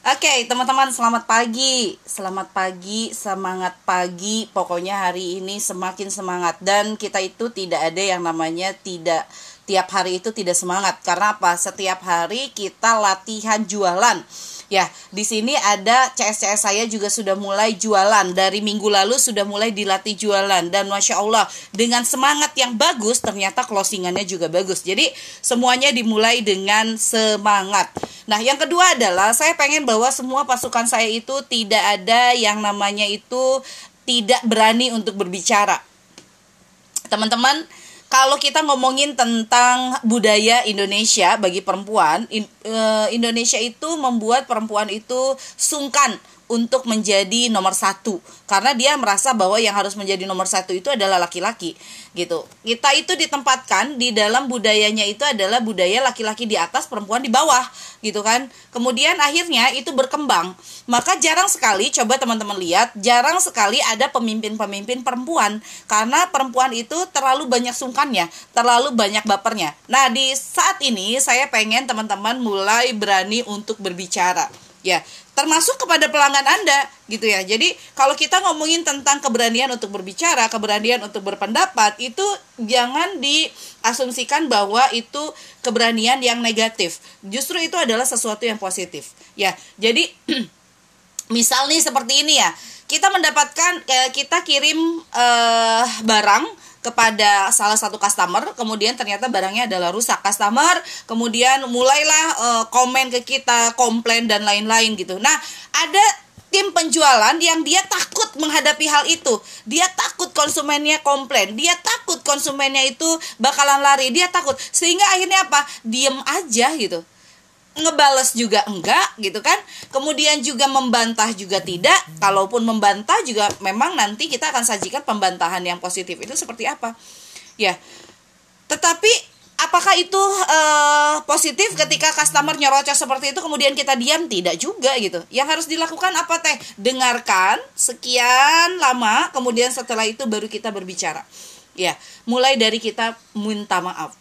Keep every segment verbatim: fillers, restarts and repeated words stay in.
Oke, teman-teman, selamat pagi. Selamat pagi, semangat pagi. Pokoknya hari ini semakin semangat. Dan kita itu tidak ada yang namanya tidak tiap hari itu tidak semangat. Karena apa? Setiap hari kita latihan jualan. Ya, di sini ada C S C S saya juga sudah mulai jualan. Dari minggu lalu sudah mulai dilatih jualan. Dan Masya Allah, dengan semangat yang bagus, ternyata closingannya juga bagus. Jadi, semuanya dimulai dengan semangat. Nah, yang kedua adalah saya pengen bahwa semua pasukan saya itu tidak ada yang namanya itu tidak berani untuk berbicara. Teman-teman, kalau kita ngomongin tentang budaya Indonesia bagi perempuan, in, e, Indonesia itu membuat perempuan itu sungkan untuk menjadi nomor satu. Karena dia merasa bahwa yang harus menjadi nomor satu itu adalah laki-laki gitu. Kita itu ditempatkan di dalam budayanya itu adalah budaya laki-laki di atas, perempuan di bawah gitu kan. Kemudian akhirnya itu berkembang. Maka jarang sekali, coba teman-teman lihat, jarang sekali ada pemimpin-pemimpin perempuan. Karena perempuan itu terlalu banyak sungkannya, terlalu banyak bapernya. Nah, di saat ini saya pengen teman-teman mulai berani untuk berbicara. Ya, termasuk kepada pelanggan Anda gitu ya. Jadi kalau kita ngomongin tentang keberanian untuk berbicara, keberanian untuk berpendapat, itu jangan diasumsikan bahwa itu keberanian yang negatif. Justru itu adalah sesuatu yang positif. Ya, jadi misal nih seperti ini ya. Kita mendapatkan eh, kita kirim eh, barang kepada salah satu customer, kemudian ternyata barangnya adalah rusak. Customer kemudian mulailah uh, komen ke kita, komplain dan lain-lain gitu. Nah, ada tim penjualan yang dia takut menghadapi hal itu. Dia takut konsumennya komplain, dia takut konsumennya itu bakalan lari, dia takut. Sehingga akhirnya apa? Diem aja gitu. Ngebales juga enggak gitu kan. Kemudian juga membantah juga tidak. Kalaupun membantah juga memang nanti kita akan sajikan pembantahan yang positif. Itu seperti apa? Ya. Tetapi apakah itu uh, positif ketika customer nyerocos seperti itu kemudian kita diam? Tidak juga gitu. Yang harus dilakukan apa teh? Dengarkan sekian lama, kemudian setelah itu baru kita berbicara. Ya, mulai dari kita minta maaf.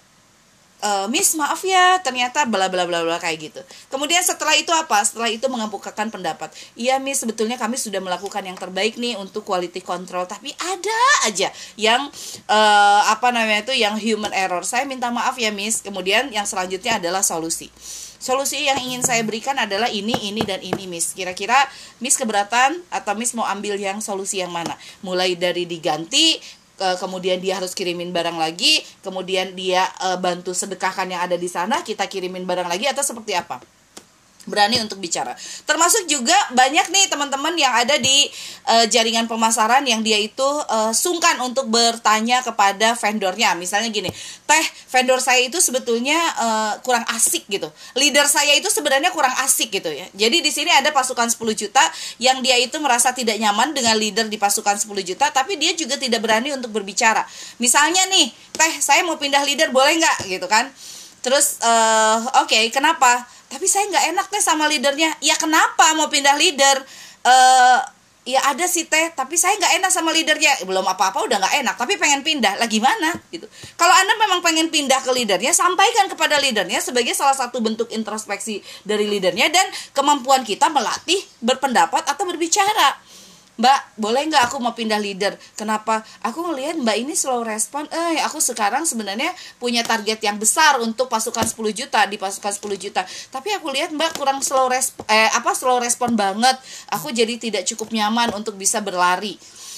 Uh, Miss maaf ya, ternyata bla bla bla bla kayak gitu. Kemudian setelah itu apa? Setelah itu mengemukakan pendapat. Iya Miss, sebetulnya kami sudah melakukan yang terbaik nih untuk quality control, tapi ada aja yang uh, apa namanya itu yang human error. Saya minta maaf ya Miss. Kemudian yang selanjutnya adalah solusi. Solusi yang ingin saya berikan adalah ini, ini, dan ini Miss. Kira-kira Miss keberatan atau Miss mau ambil yang solusi yang mana? Mulai dari diganti, kemudian dia harus kirimin barang lagi, kemudian dia e, bantu sedekahkan yang ada di sana, kita kirimin barang lagi, atau seperti apa? Berani untuk bicara. Termasuk juga banyak nih teman-teman yang ada di e, jaringan pemasaran yang dia itu e, sungkan untuk bertanya kepada vendornya. Misalnya gini, teh vendor saya itu sebetulnya e, kurang asik gitu. Leader saya itu sebenarnya kurang asik gitu ya. Jadi di sini ada pasukan sepuluh juta yang dia itu merasa tidak nyaman dengan leader di pasukan sepuluh juta, tapi dia juga tidak berani untuk berbicara. Misalnya nih, teh saya mau pindah leader boleh nggak gitu kan? Terus e, oke, okay, kenapa? Tapi saya nggak enak teh sama leadernya. Ya kenapa mau pindah leader? Uh, ya ada sih teh, tapi saya nggak enak sama leadernya. Belum apa-apa udah nggak enak, tapi pengen pindah. Lah gimana? Gitu. Kalau Anda memang pengen pindah ke leadernya, sampaikan kepada leadernya sebagai salah satu bentuk introspeksi dari leadernya dan kemampuan kita melatih berpendapat atau berbicara. Mbak, boleh nggak aku mau pindah leader? Kenapa? Aku ngelihat Mbak ini slow respon. Eh, aku sekarang sebenarnya punya target yang besar untuk pasukan sepuluh juta, di pasukan sepuluh juta. Tapi aku lihat Mbak kurang slow respon, eh apa slow respon banget. Aku jadi tidak cukup nyaman untuk bisa berlari.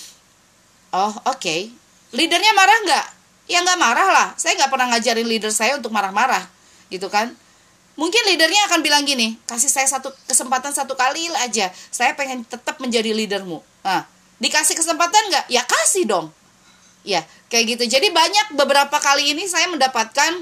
Oh, oke. Okay. Leadernya marah nggak? Ya nggak marah lah. Saya nggak pernah ngajarin leader saya untuk marah-marah, gitu kan? Mungkin leadernya akan bilang gini, kasih saya satu kesempatan satu kali aja, saya pengen tetap menjadi leadermu. Nah, dikasih kesempatan nggak? Ya kasih dong. Ya, kayak gitu. Jadi banyak beberapa kali ini saya mendapatkan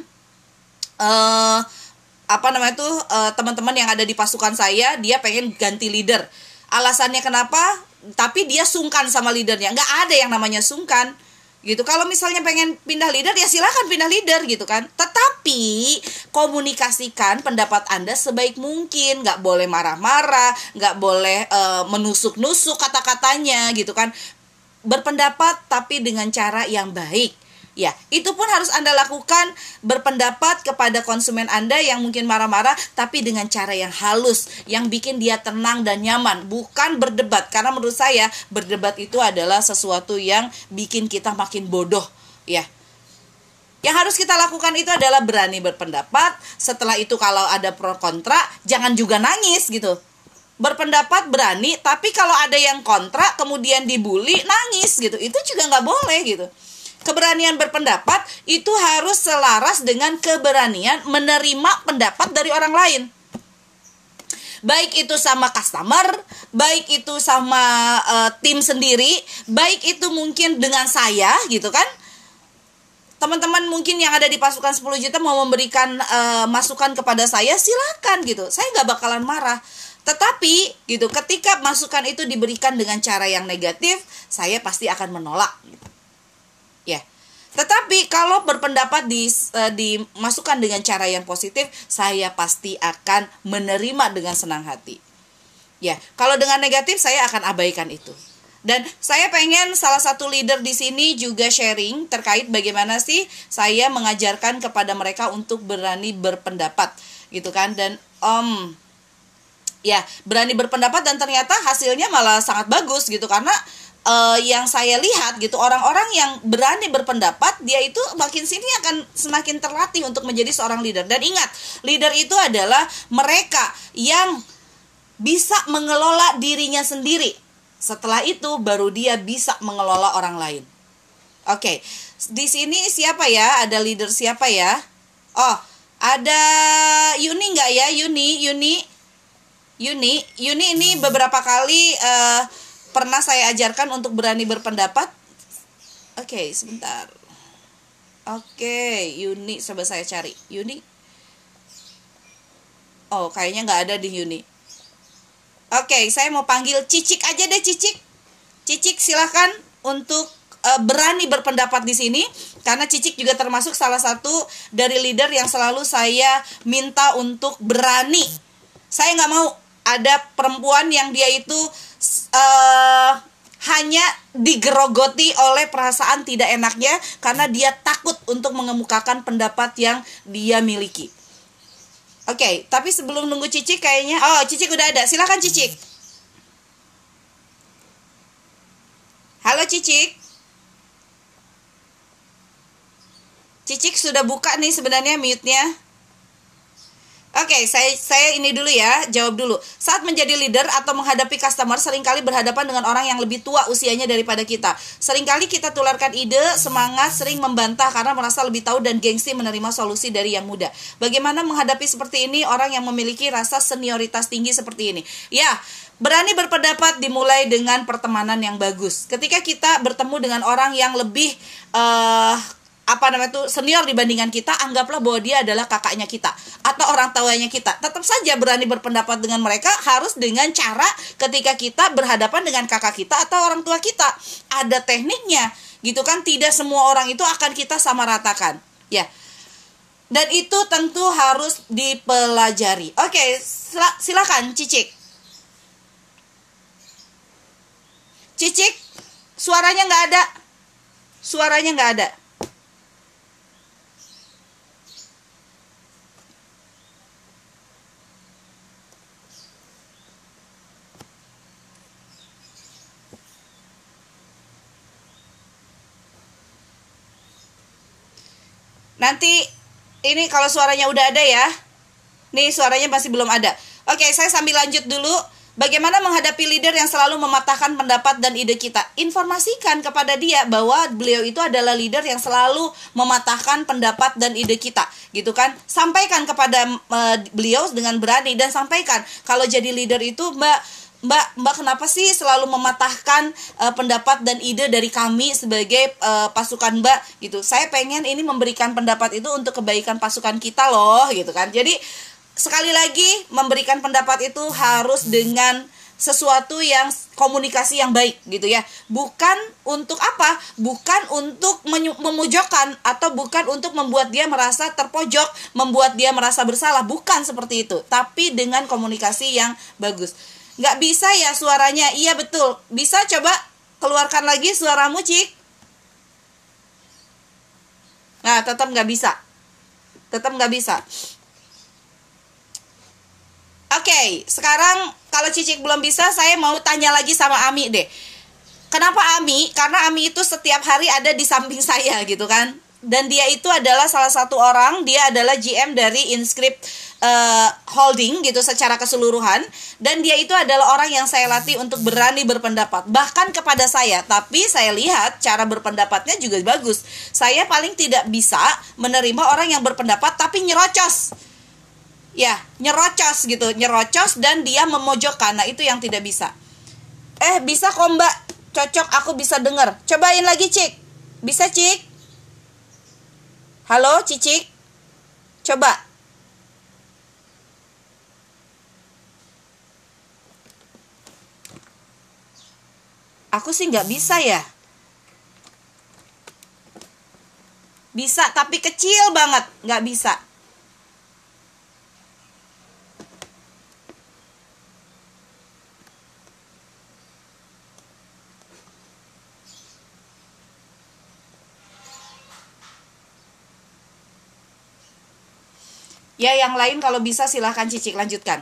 uh, apa namanya tuh uh, teman-teman yang ada di pasukan saya, dia pengen ganti leader. Alasannya kenapa? Tapi dia sungkan sama leadernya. Nggak ada yang namanya sungkan. Gitu. Kalau misalnya pengen pindah leader ya silakan pindah leader gitu kan. Tetapi komunikasikan pendapat Anda sebaik mungkin, nggak boleh marah-marah, nggak boleh uh, menusuk-nusuk kata-katanya gitu kan. Berpendapat tapi dengan cara yang baik. Ya, itu pun harus Anda lakukan, berpendapat kepada konsumen Anda yang mungkin marah-marah, tapi dengan cara yang halus, yang bikin dia tenang dan nyaman, bukan berdebat. Karena menurut saya, berdebat itu adalah sesuatu yang bikin kita makin bodoh, ya. Yang harus kita lakukan itu adalah berani berpendapat. Setelah itu kalau ada pro kontra, jangan juga nangis gitu. Berpendapat berani, tapi kalau ada yang kontra kemudian dibully, nangis gitu. Itu juga nggak boleh gitu. Keberanian berpendapat itu harus selaras dengan keberanian menerima pendapat dari orang lain. Baik itu sama customer, baik itu sama uh, tim sendiri, baik itu mungkin dengan saya gitu kan. Teman-teman mungkin yang ada di pasukan sepuluh juta mau memberikan uh, masukan kepada saya, silakan gitu. Saya nggak bakalan marah. Tetapi gitu, ketika masukan itu diberikan dengan cara yang negatif, saya pasti akan menolak gitu. Ya. Tetapi kalau berpendapat di, uh, dimasukkan dengan cara yang positif, saya pasti akan menerima dengan senang hati. Ya, kalau dengan negatif saya akan abaikan itu. Dan saya pengen salah satu leader di sini juga sharing terkait bagaimana sih saya mengajarkan kepada mereka untuk berani berpendapat gitu kan. Dan um, ya berani berpendapat dan ternyata hasilnya malah sangat bagus gitu. Karena uh, yang saya lihat gitu, orang-orang yang berani berpendapat, dia itu makin sini akan semakin terlatih untuk menjadi seorang leader. Dan ingat, leader itu adalah mereka yang bisa mengelola dirinya sendiri. Setelah itu baru dia bisa mengelola orang lain. Oke, di sini siapa ya? Ada leader siapa ya? Oh, ada Yuni nggak ya? Yuni, Yuni, Yuni, Yuni ini beberapa kali uh, pernah saya ajarkan untuk berani berpendapat. Oke, sebentar. Oke, Yuni, coba saya cari. Yuni. Oh, kayaknya nggak ada di Yuni. Oke, saya mau panggil Cicik aja deh, Cicik. Cicik silahkan untuk uh, berani berpendapat di sini, karena Cicik juga termasuk salah satu dari leader yang selalu saya minta untuk berani. Saya nggak mau ada perempuan yang dia itu uh, hanya digerogoti oleh perasaan tidak enaknya karena dia takut untuk mengemukakan pendapat yang dia miliki. Oke, okay, tapi sebelum nunggu Cicik kayaknya... Oh, Cicik udah ada. Silakan Cicik. Halo Cicik. Cicik sudah buka nih sebenarnya mute-nya. Oke, okay, saya saya ini dulu ya, jawab dulu. Saat menjadi leader atau menghadapi customer, seringkali berhadapan dengan orang yang lebih tua usianya daripada kita. Seringkali kita tularkan ide, semangat, sering membantah karena merasa lebih tahu dan gengsi menerima solusi dari yang muda. Bagaimana menghadapi seperti ini orang yang memiliki rasa senioritas tinggi seperti ini? Ya, berani berpendapat dimulai dengan pertemanan yang bagus. Ketika kita bertemu dengan orang yang lebih... Uh, apa namanya itu senior dibandingkan kita, anggaplah bahwa dia adalah kakaknya kita atau orang tuanya kita. Tetap saja berani berpendapat dengan mereka harus dengan cara ketika kita berhadapan dengan kakak kita atau orang tua kita. Ada tekniknya, gitu kan? Tidak semua orang itu akan kita samaratakan, ya. Dan itu tentu harus dipelajari. Oke, silakan Cicik. Cicik, suaranya nggak ada. Suaranya nggak ada. Nanti ini kalau suaranya udah ada ya. Nih suaranya masih belum ada. Oke, saya sambil lanjut dulu. Bagaimana menghadapi leader yang selalu mematahkan pendapat dan ide kita? Informasikan kepada dia bahwa beliau itu adalah leader yang selalu mematahkan pendapat dan ide kita, gitu kan? Sampaikan kepada uh, beliau dengan berani dan sampaikan kalau jadi leader itu, Mbak Mbak, Mbak kenapa sih selalu mematahkan uh, pendapat dan ide dari kami sebagai uh, pasukan Mbak gitu. Saya pengen ini memberikan pendapat itu untuk kebaikan pasukan kita loh gitu kan. Jadi sekali lagi memberikan pendapat itu harus dengan sesuatu yang komunikasi yang baik gitu ya. Bukan untuk apa? Bukan untuk memojokkan atau bukan untuk membuat dia merasa terpojok, membuat dia merasa bersalah. Bukan seperti itu. Tapi dengan komunikasi yang bagus. Nggak bisa ya suaranya? Iya betul. Bisa coba keluarkan lagi suaramu, Cik? Nah, tetap nggak bisa. Tetap nggak bisa. Oke, okay, sekarang kalau Cicik belum bisa, saya mau tanya lagi sama Ami deh. Kenapa Ami? Karena Ami itu setiap hari ada di samping saya gitu kan. Dan dia itu adalah salah satu orang, dia adalah G M dari Inscript uh, Holding gitu secara keseluruhan. Dan dia itu adalah orang yang saya latih untuk berani berpendapat. Bahkan kepada saya, tapi saya lihat cara berpendapatnya juga bagus. Saya paling tidak bisa menerima orang yang berpendapat tapi nyerocos. Ya, nyerocos gitu, nyerocos dan dia memojokkan. Nah, itu yang tidak bisa. Eh, bisa kok Mbak, cocok, aku bisa dengar. Cobain lagi, Cik. Bisa, Cik? Halo, Cicik? Coba. Aku sih nggak bisa ya. Bisa, tapi kecil banget. Nggak bisa. Ya, yang lain kalau bisa silahkan Cicik lanjutkan.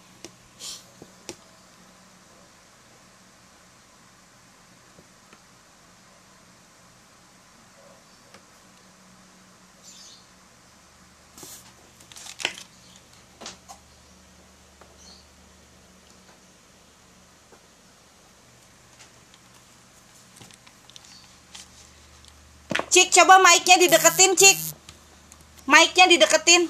Cik, coba mic-nya dideketin, Cik. Mic-nya dideketin.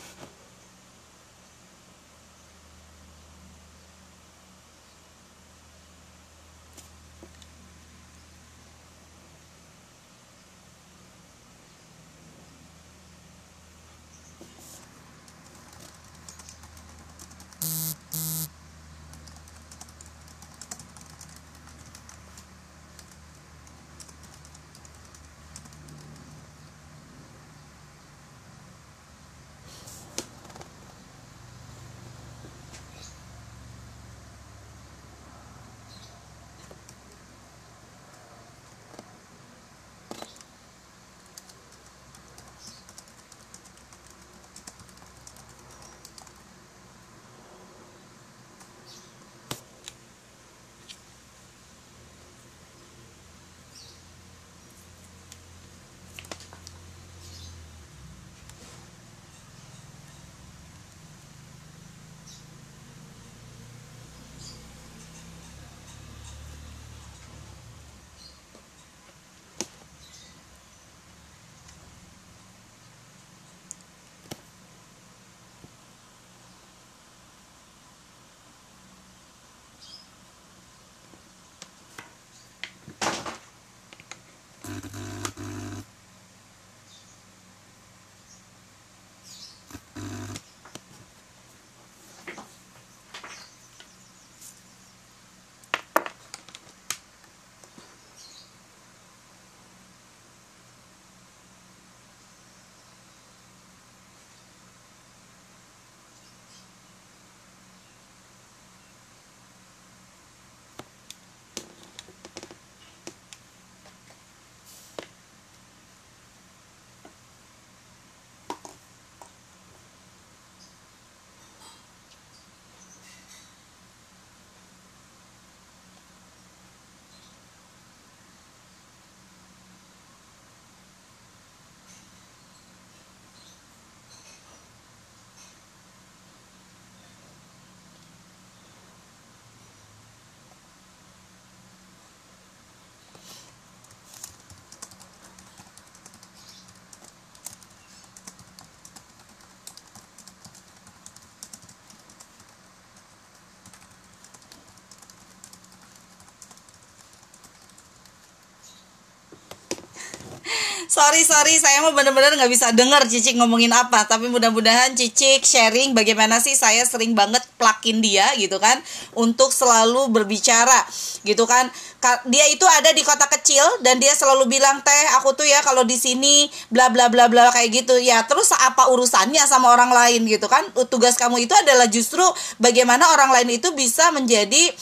Sorry, sorry, saya mau bener-bener gak bisa denger Cicik ngomongin apa. Tapi mudah-mudahan Cicik sharing bagaimana sih saya sering banget plakin dia gitu kan, untuk selalu berbicara gitu kan. Dia itu ada di kota kecil dan dia selalu bilang, "Teh, aku tuh ya kalau di sini bla bla bla bla," kayak gitu. Ya, terus apa urusannya sama orang lain gitu kan? Tugas kamu itu adalah justru bagaimana orang lain itu bisa menjadi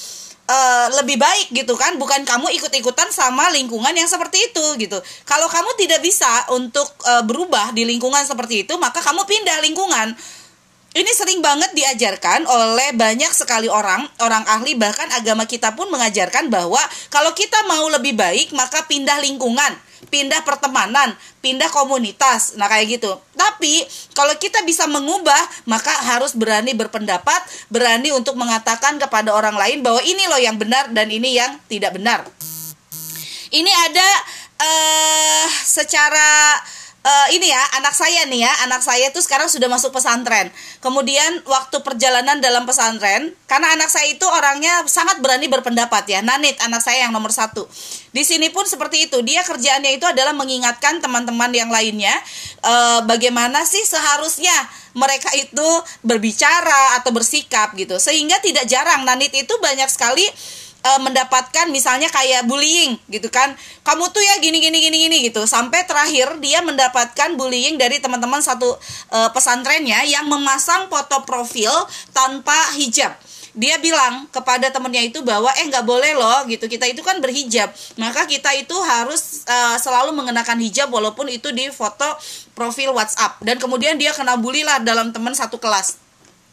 uh, lebih baik gitu kan, bukan kamu ikut-ikutan sama lingkungan yang seperti itu gitu. Kalau kamu tidak bisa untuk uh, berubah di lingkungan seperti itu, maka kamu pindah lingkungan. Ini sering banget diajarkan oleh banyak sekali orang, orang ahli, bahkan agama kita pun mengajarkan bahwa kalau kita mau lebih baik, maka pindah lingkungan, pindah pertemanan, pindah komunitas, nah kayak gitu. Tapi kalau kita bisa mengubah, maka harus berani berpendapat, berani untuk mengatakan kepada orang lain bahwa ini loh yang benar dan ini yang tidak benar. Ini ada uh, secara Uh, ini ya, anak saya nih ya, anak saya tuh sekarang sudah masuk pesantren. Kemudian waktu perjalanan dalam pesantren, karena anak saya itu orangnya sangat berani berpendapat ya, Nanit, anak saya yang nomor satu. Di sini pun seperti itu, dia kerjaannya itu adalah mengingatkan teman-teman yang lainnya uh, bagaimana sih seharusnya mereka itu berbicara atau bersikap gitu. Sehingga tidak jarang Nanit itu banyak sekali Uh, mendapatkan misalnya kayak bullying gitu kan, kamu tuh ya gini gini gini gini gitu, sampai terakhir dia mendapatkan bullying dari teman-teman satu uh, pesantrennya yang memasang foto profil tanpa hijab. Dia bilang kepada temennya itu bahwa eh nggak boleh loh gitu, kita itu kan berhijab, maka kita itu harus uh, selalu mengenakan hijab walaupun itu di foto profil WhatsApp. Dan kemudian dia kena bully lah dalam teman satu kelas.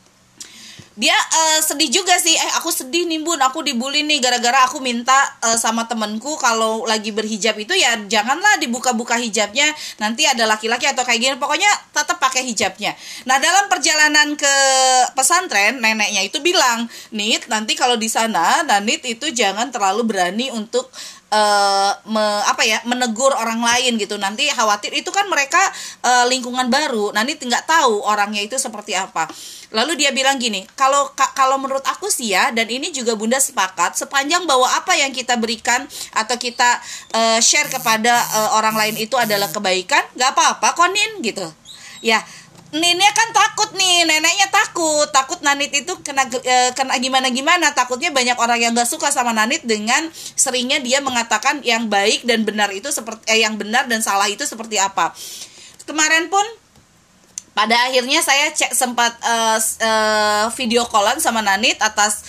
Dia uh, sedih juga sih, eh aku sedih nih bun, aku dibully nih gara-gara aku minta uh, sama temenku kalau lagi berhijab itu ya janganlah dibuka-buka hijabnya, nanti ada laki-laki atau kayak gini, pokoknya tetap pakai hijabnya. Nah dalam perjalanan ke pesantren, neneknya itu bilang, Nit, nanti kalau di sana, nah Nit itu jangan terlalu berani untuk Uh, me, apa ya menegur orang lain gitu, nanti khawatir itu kan mereka uh, lingkungan baru, nanti nggak tahu orangnya itu seperti apa. Lalu dia bilang gini, kalau kalau menurut aku sih ya, dan ini juga bunda sepakat, sepanjang bahwa apa yang kita berikan atau kita uh, share kepada uh, orang lain itu adalah kebaikan, nggak apa-apa konin gitu ya. Neneknya kan takut nih, neneknya takut, takut Nanit itu kena e, kena gimana-gimana, takutnya banyak orang yang gak suka sama Nanit dengan seringnya dia mengatakan yang baik dan benar itu seperti eh, yang benar dan salah itu seperti apa. Kemarin pun pada akhirnya saya cek sempat uh, uh, video callan sama Nanit atas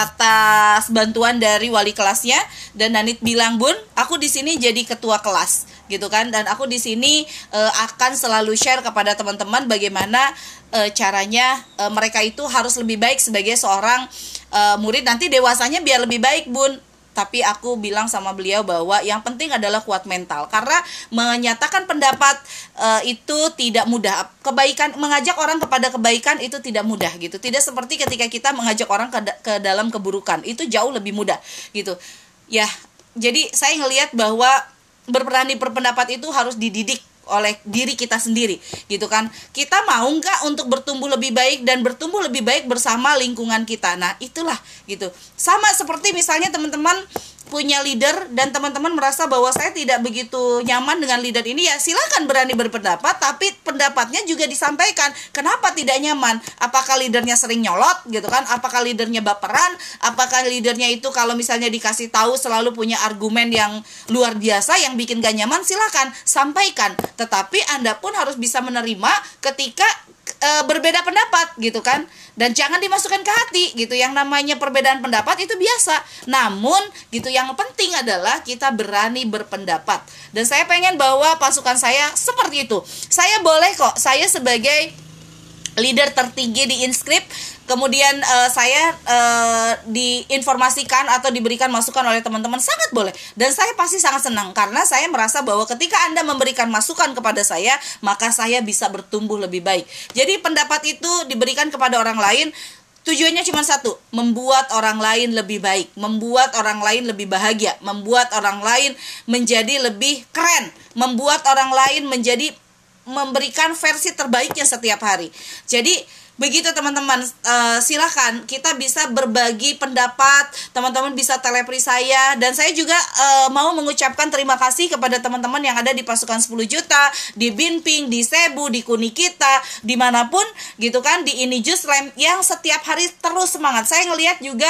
atas bantuan dari wali kelasnya, dan Nanit bilang, "Bun, aku di sini jadi ketua kelas." gitu kan, dan aku di sini uh, akan selalu share kepada teman-teman bagaimana uh, caranya uh, mereka itu harus lebih baik sebagai seorang uh, murid nanti dewasanya biar lebih baik bun. Tapi aku bilang sama beliau bahwa yang penting adalah kuat mental, karena menyatakan pendapat uh, itu tidak mudah. Kebaikan, mengajak orang kepada kebaikan itu tidak mudah gitu. Tidak seperti ketika kita mengajak orang ke, ke dalam keburukan, itu jauh lebih mudah gitu. Ya, jadi saya ngelihat bahwa berani berpendapat itu harus dididik oleh diri kita sendiri gitu kan. Kita mau nggak untuk bertumbuh lebih baik dan bertumbuh lebih baik bersama lingkungan kita. Nah itulah gitu. Sama seperti misalnya teman-teman punya leader dan teman-teman merasa bahwa saya tidak begitu nyaman dengan leader ini, ya silakan berani berpendapat, tapi pendapatnya juga disampaikan. Kenapa tidak nyaman? Apakah leadernya sering nyolot gitu kan? Apakah leadernya baperan? Apakah leadernya itu kalau misalnya dikasih tahu selalu punya argumen yang luar biasa yang bikin gak nyaman? Silakan sampaikan, tetapi Anda pun harus bisa menerima ketika e, berbeda pendapat gitu kan. Dan jangan dimasukkan ke hati gitu. Yang namanya perbedaan pendapat itu biasa. Namun gitu, yang penting adalah kita berani berpendapat. Dan saya pengen bahwa pasukan saya seperti itu. Saya boleh kok, saya sebagai leader tertinggi di Inscript, kemudian uh, saya uh, diinformasikan atau diberikan masukan oleh teman-teman, sangat boleh. Dan saya pasti sangat senang, karena saya merasa bahwa ketika Anda memberikan masukan kepada saya, maka saya bisa bertumbuh lebih baik. Jadi pendapat itu diberikan kepada orang lain, tujuannya cuma satu, membuat orang lain lebih baik, membuat orang lain lebih bahagia, membuat orang lain menjadi lebih keren, membuat orang lain menjadi memberikan versi terbaiknya setiap hari. Jadi begitu teman-teman, uh, silahkan kita bisa berbagi pendapat, teman-teman bisa telepri saya, dan saya juga uh, mau mengucapkan terima kasih kepada teman-teman yang ada di pasukan sepuluh juta, di Binping, di Sebu, di Kunikita, dimanapun gitu kan, di Ini Juslam yang setiap hari terus semangat. Saya ngelihat juga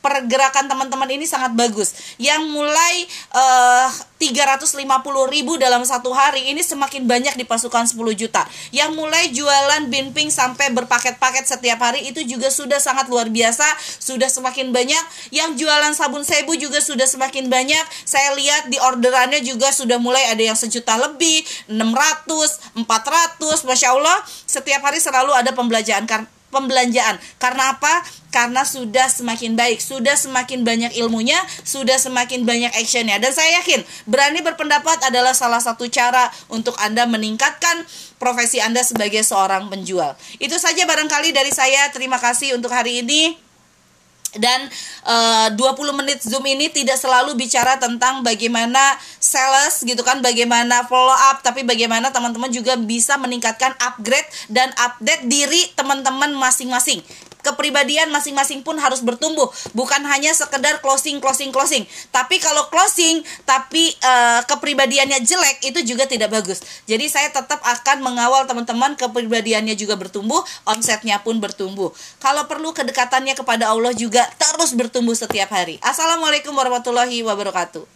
pergerakan teman-teman ini sangat bagus. Yang mulai uh, tiga ratus lima puluh ribu dalam satu hari ini semakin banyak di pasukan sepuluh juta. Yang mulai jualan binping sampai berpaket-paket setiap hari itu juga sudah sangat luar biasa, sudah semakin banyak. Yang jualan sabun sebu juga sudah semakin banyak. Saya lihat di orderannya juga sudah mulai ada yang sejuta lebih, enam ratus, empat ratus, Masya Allah. Setiap hari selalu ada pembelanjaan pembelanjaan. Karena apa? Karena sudah semakin baik, sudah semakin banyak ilmunya, sudah semakin banyak actionnya. Dan saya yakin berani berpendapat adalah salah satu cara untuk Anda meningkatkan profesi Anda sebagai seorang penjual. Itu saja barangkali dari saya. Terima kasih untuk hari ini. Dan uh, dua puluh menit Zoom ini tidak selalu bicara tentang bagaimana sales gitu kan, bagaimana follow up, tapi bagaimana teman-teman juga bisa meningkatkan upgrade dan update diri teman-teman masing-masing. Kepribadian masing-masing pun harus bertumbuh, bukan hanya sekedar closing closing closing. Tapi kalau closing tapi uh, kepribadiannya jelek, itu juga tidak bagus. Jadi saya tetap akan mengawal teman-teman kepribadiannya juga bertumbuh, omsetnya pun bertumbuh. Kalau perlu kedekatannya kepada Allah juga terus bertumbuh setiap hari. Assalamualaikum warahmatullahi wabarakatuh.